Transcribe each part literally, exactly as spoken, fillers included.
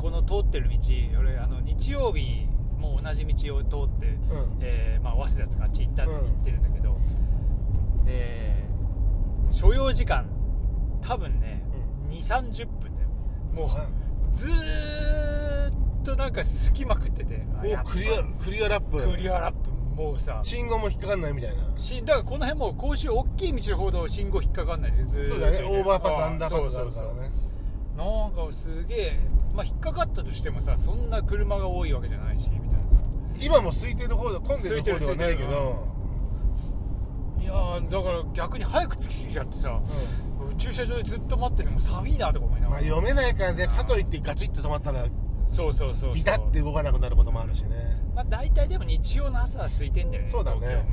この通ってる道、俺あの日曜日も同じ道を通って、うんえーまあ、早稲田とかあっち行ったって言ってるんだけど、うんえー、所要時間多分ね、うん、にじゅうさんじゅっぷんだよ。もうずーっとなんか好きまくってて、 もうクリアクリアラップクリアラップもうさ信号も引っかかんないみたいな。 しだからこの辺も甲州大きい道の方の信号引っかかんないでずーっと、 そうだね、オーバーパスアンダーパスがあるからね。 そうそうそうなんかすげえ、まあ、引っかかったとしてもさそんな車が多いわけじゃないしみたいなさ。 今も空いてる方で混んでる方ではないけど、 いやーだから逆に早く着きすぎちゃってさ、うん、駐車場でずっと待ってるのも寒いなとか思いながら、 まあ、読めないからね。かといってガチッと止まったらそうそうそうそうビタッて動かなくなることもあるしね。 まあ大体でも日曜の朝は空いてんだよね。 そうだね、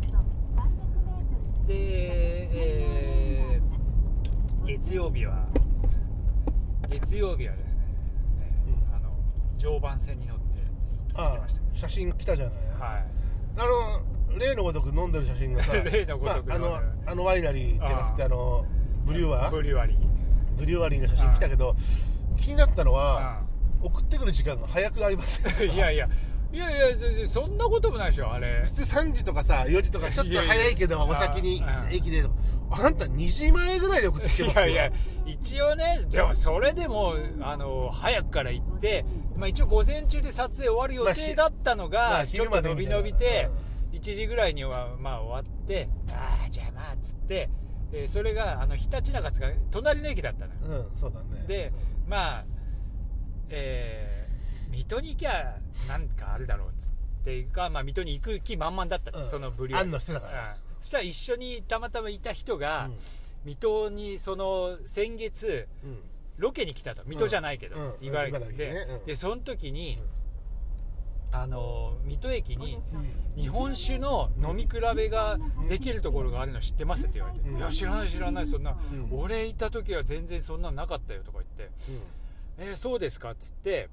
うん、で、えー、月曜日は月曜日はですね、うん、あの常磐線に乗って行ってきました。 ああ写真来たじゃない。 はい。 あの例のごとく飲んでる写真がさ例のごとく、まあ、 あのあのワイナリーじゃなくてあのブリュワーブリュワリーブリュワリーの写真来たけど、気になったのは送ってくる時間が早くなりますよいやいやいやいやそんなこともないでしょあれ。 普通さんじとかさよじとかちょっと早いけどお先に駅でとか、あんたにじまえぐらいで送ってきてますよ。 いやいや一応ねでもそれでもあの早くから行って、まあ、一応午前中で撮影終わる予定だったのが、まあ、ちょっと伸び伸びて、うん、いちじぐらいにはまあ終わってああじゃあまあっつって、えー、それがあのひたちなかつが隣の駅だったのよ、 うん、そうだね。 で、うん、まあえー、水戸に行きゃなんかあるだろうっつっていうか、まあ、水戸に行く気満々だった、うん、そのブリュワ案のしてたから、 うん、そしたら一緒にたまたまいた人が、うん水戸にその先月、うん、ロケに来たと。水戸じゃないけど、うん、茨城で、ねうん、でその時に、うん、あの水戸駅に日本酒の飲み比べができるところがあるの知ってますって言われて、うん、いや知らない知らないそんな、うん、俺いた時は全然そんなのなかったよとか言って、うん、えー、そうですかっつって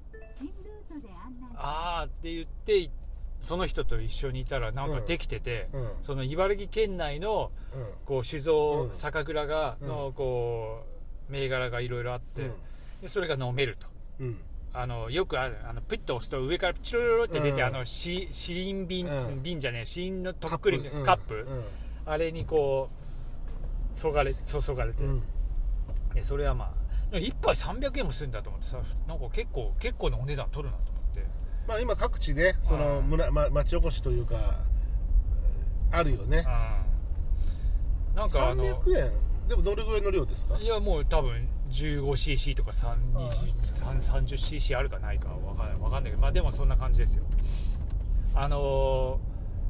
あーって言ってその人と一緒にいたらなんかできてて、うん、その茨城県内の、うん、こう酒造、うん、酒蔵がのこう銘柄がいろいろあって、うん、でそれが飲めると、うん、あのよくあるあのプッと押すと上からチロロロって出て、うん、あのシリン瓶、うん、瓶じゃねえシリンのとっくりカップ、うん、あれにこうそがれ注がれて、うん、でそれはまあいっぱいさんびゃくえんもするんだと思ってさなんか結構結構なお値段取るなと思って。 まあ、今各地でその村、ま、町おこしというかあるよね。 なんかあのさんびゃくえんでもどれぐらいの量ですか。 いやもう多分 じゅうごシーシー とか さんじゅっシーシー あるかないか分かんない分かんないけどまあでもそんな感じですよ。あの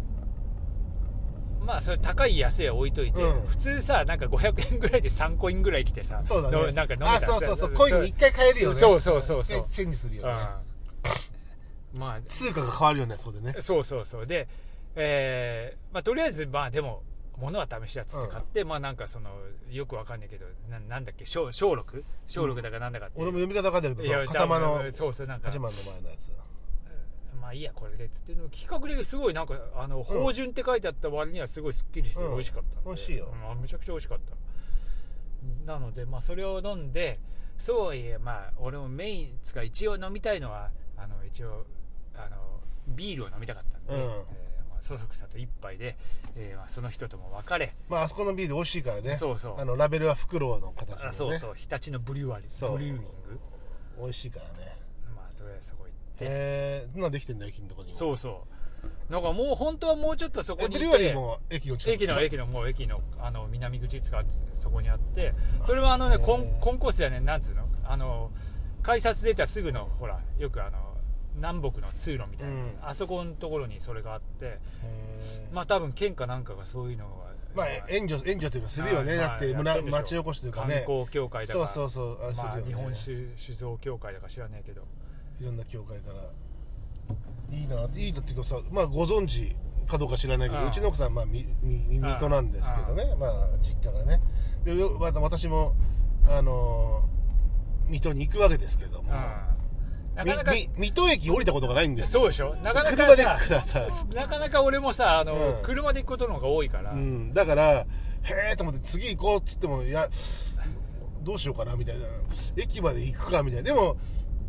ー、まあそれ高い安いは置いといて、うん、普通さなんかごひゃくえんぐらいでさんコインぐらい来てさそうだねなんか飲めたらあそうそうそうコインにいっかい買えるよね。 そうそうそうそうチェンジするよね。 まあ、 通貨が変わるよねそうでね。 そうそうそうで、えーまあ、とりあえずまあでも物は試しだっつって買って、うん、まあなんかそのよくわかんないけど な, なんだっけ小小六小六だかなんだかって、 うん、俺も読み方わかんないけど笠間のそうそうなんか八幡の前のやつまあいいやこれでっつって企画ですごいなんかあの芳醇って書いてあった割にはすごいすっきりして美味しかった、 うん、美味しいよ、 まあ、めちゃくちゃ美味しかったなのでまあそれを飲んでそういえまあ俺もメインつか一応飲みたいのはあの一応あのビールを飲みたかったんで、うんえーまあ、そそくさと一杯で、えーまあ、その人とも別れ、 まああそこのビール美味しいからね。 そうそうあのラベルはフクロウの形のね。 あそうそう日立のブリュワリーブリューミング美味しいからね。 まあとりあえずそこ行ってえー、そんなできてんだ駅のとこにも。 そうそうなんかもう本当はもうちょっとそこにいてブリュワリーも駅の近く駅の駅のもう駅のあの南口つかそこにあってそれはあのねコンコンコースやねなんつうのあの改札出たすぐのほらよくあの南北の通路みたいな、うん、あそこのところにそれがあってまあ多分県かなんかがそういうのはまあ援助援助というかするよね、まあ、だって村町おこしというかね観光協会だかそうそうそうあれするよね、 まあ、日本酒酒造協会だか知らないけどいろんな協会からいいないいなっていうかさまあご存知かどうか知らないけどうちの奥さんまあみみ水戸なんですけどねまあ実家がねでまた私もあのー、水戸に行くわけですけどもなかなか水戸駅降りたことがないんですよ。そうでしょなかなか車で行くからさなかなか俺もさあの、うん、車で行くことの方が多いから、 うん、だからへえと思って次行こうっつってもいやどうしようかなみたいな駅まで行くかみたいなでも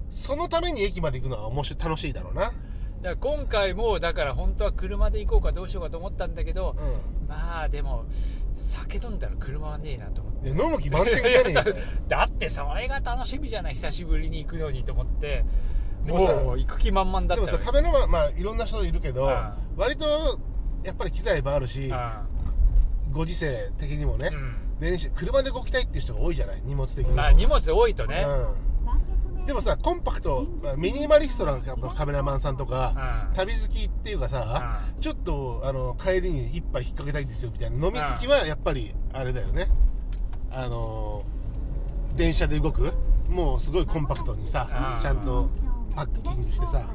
そのために駅まで行くのは面白い楽しいだろうな。 だから今回もだから本当は車で行こうかどうしようかと思ったんだけど、うん、まあでも酒飲んだら車はねえなと思って。 飲む気満点じゃねえかだってそれが楽しみじゃない、久しぶりに行くのにと思って。でもさ、もう行く気満々だった。 でもさ、カメラマン、まあいろんな人いるけど、割とやっぱり機材もあるし、ご時世的にもね、うん、電車車で動きたいっていう人が多いじゃない、荷物的にも。 まあ荷物多いとね、 うん、でもさ、コンパクト、まあ、ミニマリストなカメラマンさんとか、うん、旅好きっていうかさ、うん、ちょっとあの帰りに一杯引っ掛けたいんですよみたいな飲み好きはやっぱりあれだよね、あの電車で動く、もうすごいコンパクトにさ、ちゃんとパッキングしてさ。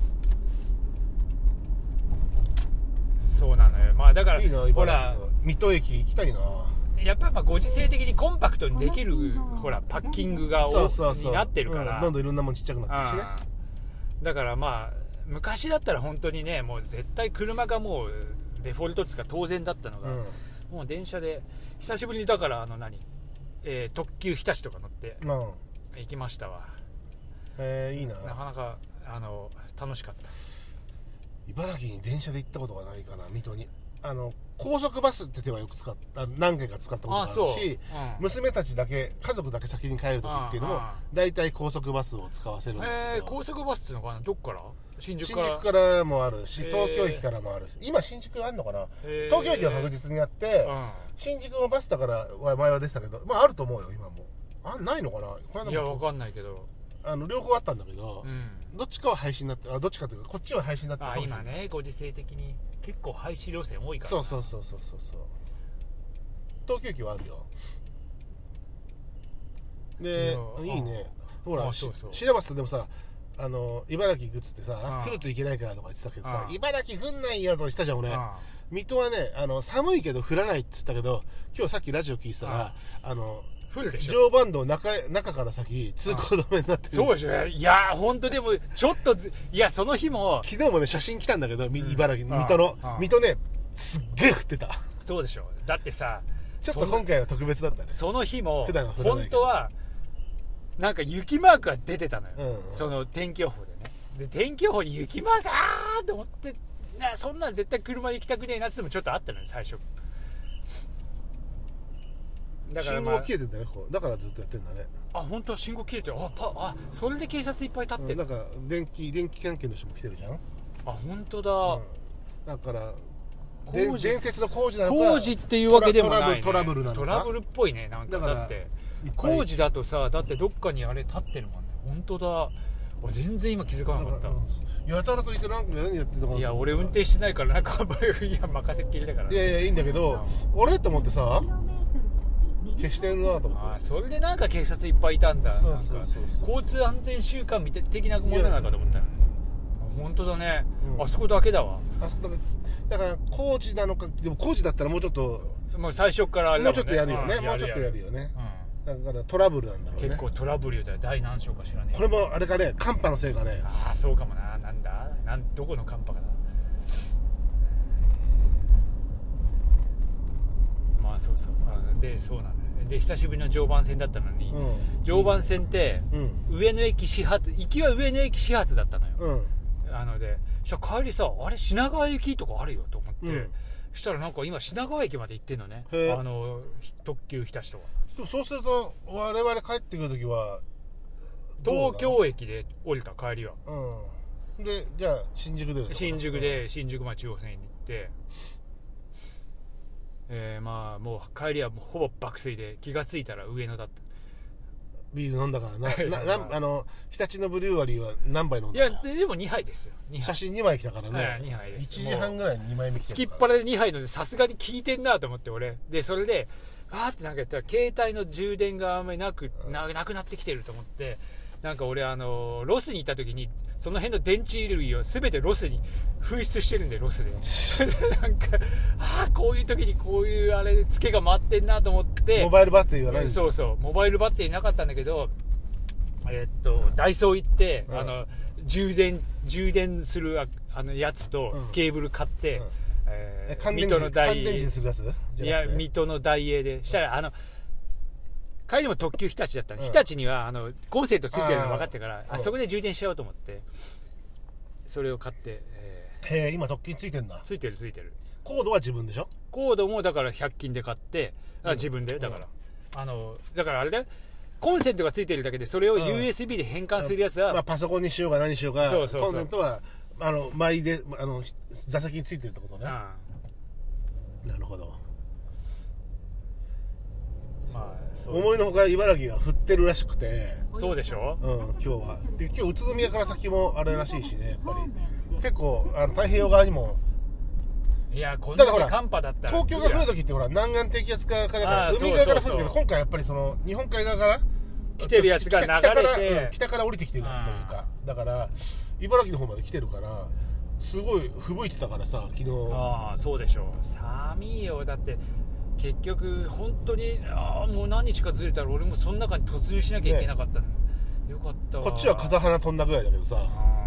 そうなのよ。まあだからいいな、ほら水戸駅行きたいな。 やっぱりご時世的にコンパクトにできるほらパッキングがそうそうそうになってるから、 うん、どんどんいろんなもんちっちゃくなってるしね。 だからまあ昔だったら本当にね、もう絶対車がもうデフォルトっつうか当然だったのが、うん、もう電車で久しぶりにだからあの何、えー、特急日立とか乗って行きましたわ。 へえー、いいな。 なかなかあの楽しかった。 茨城に電車で行ったことがないかな、水戸に。あの高速バスって手はよく使った何回か使ったことがあるし、ああ、うん、娘たちだけ家族だけ先に帰るときっていうのも大体高速バスを使わせるんだけど、 えー、高速バスっていうのかな、どっから新宿から新宿からもあるし、東京駅からもあるし、今新宿あるのかな、えー、東京駅は確実にあって、うん、新宿のバスだから前は出てたけど、まああると思うよ今も。あないのかな、これいやわかんないけど、 あの両方あったんだけど、うん、どっちかは廃止になって、あどっちかっていうかこっちは廃止になってるかもしれない。 あ今ねご時世的に結構廃止路線多いから。 そうそうそうそうそうそう。東京駅はあるよ。でいいね。ほらシラバスでもさ、あの茨城行くっつってさ、来るといけないからとか言ってたけどさ、茨城降んないよとか言ってたじゃん俺。水戸はね、あの寒いけど降らないって言ったけど、今日さっきラジオ聞いてたら、あの常磐道 中, 中から先通行止めになってる。 そうでしょ。いや本当でもちょっといやその日も昨日もね写真来たんだけど、うん、茨城水戸の水戸ねすっげえ降ってた。 そうでしょ。だってさちょっと今回は特別だったね。 その日も本当はなんか雪マークが出てたのよ、うんうん、その天気予報でね。で天気予報に雪マークあーと思ってな、そんなん絶対車で行きたくねえなってもちょっとあったのよ最初。 だからまあ、信号消えてんだね、ここだからずっとやってんだね。 あ本当信号消えてる。あパあそれで警察いっぱい立ってる、うん、 なんか電気電気関係の人も来てるじゃん。あ本当だ、うん、 だから伝説の工事なのか工事っていうわけでもない、ね、 トラブルなのかトラブルっぽいね。なんかだって工事だとさ、だってどっかにあれ立ってるもんね。本当だ。全然今気づかなかった。 やたらといてなんか何やってんのかな。 いや俺運転してないからなんかいや任せっきりだから。 いやいやいいんだけど、あれと思ってさ消してるなと思って。 あそれでなんか警察いっぱいいたんだ。そうそうそうそう、交通安全週間的なものなのかと思ったら本当だね、うん、あそこだけだわ。 あそこだけだから工事なのか。でも工事だったらもうちょっともう最初からあれだもんね。 もうちょっとやるよね、うん、もうちょっとやるよね、うん、だからトラブルなんだろうね。 結構トラブルだよ。第何章か知らねえ。 これもあれかね、寒波のせいかね。 ああそうかもな。なんだなんどこの寒波かな。まあそうそう。あでそうなんだよ。で久しぶりの常磐線だったのに、うん、常磐線って、うん、上野駅始発、行きは上野駅始発だったのよ、うん、あので帰りさあれ品川駅とかあるよと思って、うん、そしたらなんか今品川駅まで行ってんのね、あの特急日立とか。 でもそうすると我々帰ってくるときは東京駅で降りた帰りは、 うん、でじゃあ新宿で新宿で新宿町中央線に行って、えー、まあもう帰りはもうほぼ爆睡で気がついたら上野だった。 ビール飲んだからなななあの日立のブリュワリーは何杯飲んだ。 いやでもにはいですよ。 写真にまい来たからね、 はい、にはいです。 いちじはんぐらいににまいめ来てるからすきっ腹でにはい飲んでさすがに効いてんなと思って俺で、それでわーってなんか言ったら携帯の充電があんまりなく な, なくなってきてると思って、なんか俺あのロスに行った時にその辺の電池類を全てロスに紛失してるんで、ロスでなんかああこういう時にこういうあれツケが回ってんなと思って。 モバイルバッテリーがないんだ。 そうそうモバイルバッテリーなかったんだけど、えー、っとダイソー行って、うん、あの充電充電する あ, あのやつとケーブル買って、うんうんえー、水戸の大栄。乾電池にするやつ？ いや水戸の大栄でしたらあの帰りも特急日立だったの、 うん、 日立にはあのコンセントついてるの分かってから、あ、 うん、 そこで充電しようと思ってそれを買って、 えー、へえ、今特急ついてんだ。 ついてるついてる。 コードは自分でしょ。 コードもだからひゃく均で買って、あ、自分でだから、うん、あのだからあれだよ、コンセントがついてるだけでそれを ユーエスビー で変換するやつは、 うん、まあ、パソコンにしようが何しようが、 そうそうそう、 コンセントはあの前であの座席についてるってことね。なるほど。まあ、そう思いのほか茨城が降ってるらしくて。 そうでしょ、 うん、今日はで今日宇都宮から先もあれらしいしね、やっぱり結構あの太平洋側にも。 いや、こんなに寒波だったら東京が降るときってほら南岸低気圧化だから海側から降るけど、今回やっぱりその日本海側から来てるやつが流れて北, 北, から、うん、北から降りてきてるやつというか、だから茨城の方まで来てるからすごい吹雪いてたからさ、昨日。 ああ、そうでしょう。寒いよ。だって結局本当にあもう何日かずれたら俺もその中に突入しなきゃいけなかったの、ね、よかったわ。 こっちは風花飛んだぐらいだけどさ。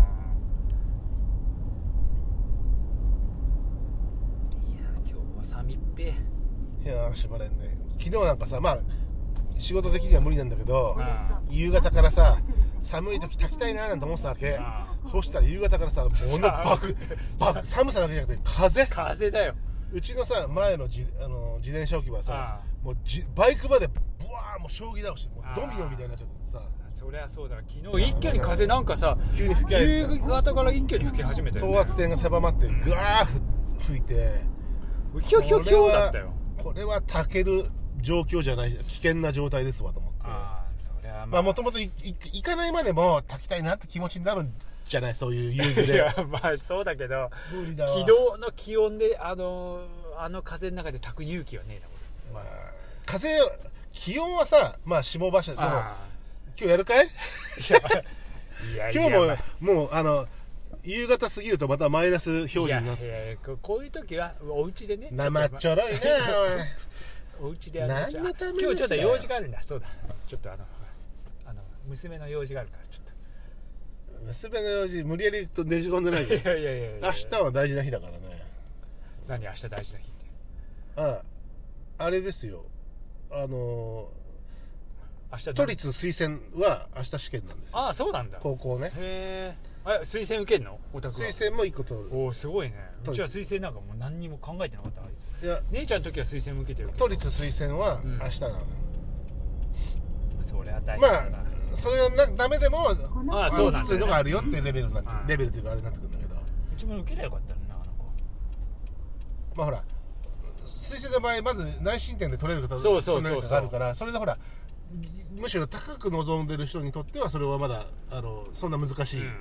寒いっぺ。いや、しばれんね。昨日なんかさ、まあ仕事的には無理なんだけど、夕方からさ、寒い時炊きたいななんて思ってたわけ。そうしたら夕方からさ、ものバクバク寒さだけじゃなくて風風だよ。 うちのさ前のじあの自転車置き場はさ、もうじバイクまでブワーもう将棋倒し、もうドミノみたいになっちゃってさ。 そりゃそうだ。昨日一挙に風なんかさ、 急に吹き始めた。夕方から一挙に吹き始めたよね。 等圧線が狭まってぐわー吹いて。 ひょひょひょだったよ。 これは炊ける状況じゃない、危険な状態ですわと思って。 ああ、そりゃまあもともと行かないまでも炊きたいなって気持ちになるんじゃない、そういう遊具で。 いや、まあそうだけど、 無理だわ。 昨日の気温であのあの風の中で炊く勇気はねえな。 まあ風気温はさ、まあ下場所でも今日やるかい？いやいや今日も、まあ、もうあの。夕方過ぎるとまたマイナス表示になって。 いやいや、こういう時はお家でね。 生っちょろいね。 お家でやる。何のために今日ちょっと用事があるんだ。そうだ。ちょっとあのあの娘の用事があるからちょっと。娘の用事無理やりとねじ込んでないけど。 いやいやいやいや。 明日は大事な日だからね。 何明日大事な日って。 ああ、あれですよ。あのー、 明日都立推薦は明日試験なんですよ。 ああ、そうなんだ。 高校ね。 へえ。あ、推薦受けんの？お宅は。 推薦もいっこ取る。 おお、すごいね。うちは推薦なんかもう何にも考えてなかったあいつ。 いや、 姉ちゃんの時は推薦も受けてるけど。 都立推薦は明日なの。 うん、それは大変だな。 まあそれはなダメでも、 ああ、そうなんだ、ね、 普通のがあるよっていうレベルになって、うん、レベルというかあれになってくるんだけど。うちも受けりゃよかったのな、あの子。 まあほら、推薦の場合まず内申点で取れる方そうそうそうそうがあるから、それでほら。むしろ高く望んでる人にとってはそれはまだあのそんな難しい、うん、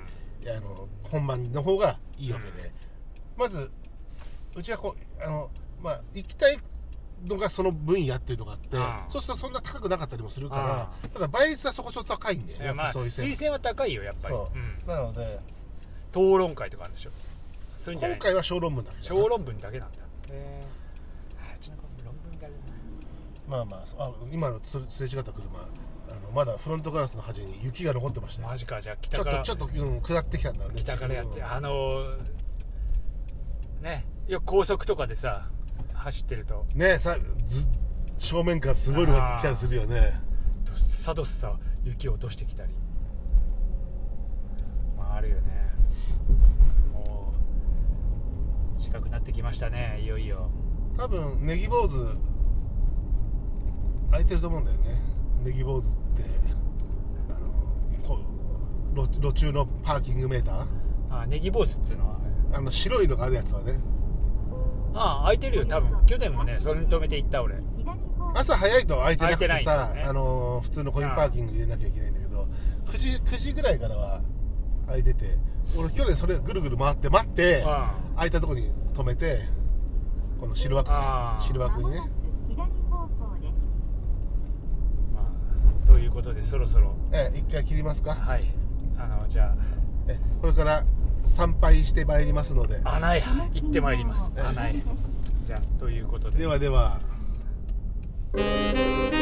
あの本番の方がいいわけで、うん、まずうちはこうあの、まあ、行きたいのがその分野っていうのがあって、あそうするとそんな高くなかったりもするからただ倍率はそこそこ高いんで、 やっぱそういう推薦は高いよやっぱり。そう、 うん、なので討論会とかあるでしょ。そういうんじゃない。 今回は小論文だけ小論文だけなんだ。へーまあまあ、あ今のすれ違った車あのまだフロントガラスの端に雪が残ってましたよ。 マジか。じゃあ北からちょっとちょっと、うん、下ってきたんだろうね。 北からやって、うん、あのー、ねよく高速とかでさ走ってるとねさず正面からすごいのが来たりするよね。 どっさどっさ雪を落としてきたり、まああるよね。もう近くなってきましたね、いよいよ。 多分ネギ坊主空いてると思うんだよね。ネギ坊主ってあのこ路, 路中のパーキングメーター。 ああ、ネギ坊主っつうのはあの白いのがあるやつはね。 ああ、空いてるよ多分。去年もねそれに止めて行った俺。 朝早いと空いてなくてさ、 ね、 あの普通のコインパーキング入れなきゃいけないんだけど、9時、くじぐらいからは空いてて、俺去年それぐるぐる回って待って空いたとこに止めて、この白枠白枠にね。 ということでそろそろええ一回切りますか。 はい。あのじゃあえこれから参拝してまいりますので。 あない行ってまいります。あない。じゃあということで。 ではでは。